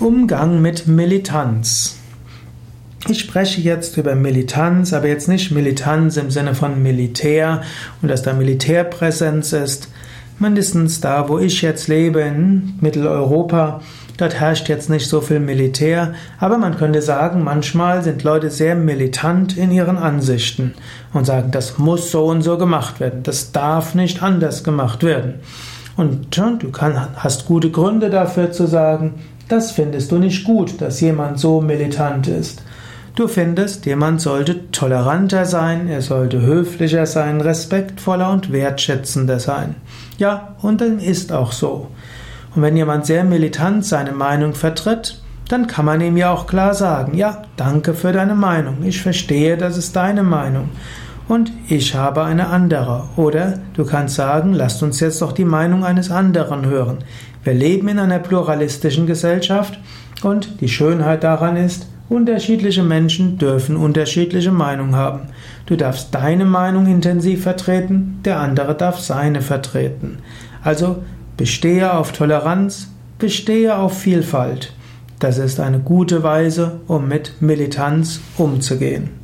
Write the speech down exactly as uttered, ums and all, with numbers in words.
Umgang mit Militanz. Ich spreche jetzt über Militanz, aber jetzt nicht Militanz im Sinne von Militär und dass da Militärpräsenz ist. Mindestens da, wo ich jetzt lebe, in Mitteleuropa, dort herrscht jetzt nicht so viel Militär, aber man könnte sagen, manchmal sind Leute sehr militant in ihren Ansichten und sagen, das muss so und so gemacht werden, das darf nicht anders gemacht werden. Und du kann, hast gute Gründe dafür zu sagen, das findest du nicht gut, dass jemand so militant ist. Du findest, jemand sollte toleranter sein, er sollte höflicher sein, respektvoller und wertschätzender sein. Ja, und dann ist auch so. Und wenn jemand sehr militant seine Meinung vertritt, dann kann man ihm ja auch klar sagen, ja, danke für deine Meinung, ich verstehe, das ist deine Meinung. Und ich habe eine andere. Oder du kannst sagen, lasst uns jetzt doch die Meinung eines anderen hören. Wir leben in einer pluralistischen Gesellschaft und die Schönheit daran ist, unterschiedliche Menschen dürfen unterschiedliche Meinungen haben. Du darfst deine Meinung intensiv vertreten, der andere darf seine vertreten. Also bestehe auf Toleranz, bestehe auf Vielfalt. Das ist eine gute Weise, um mit Militanz umzugehen.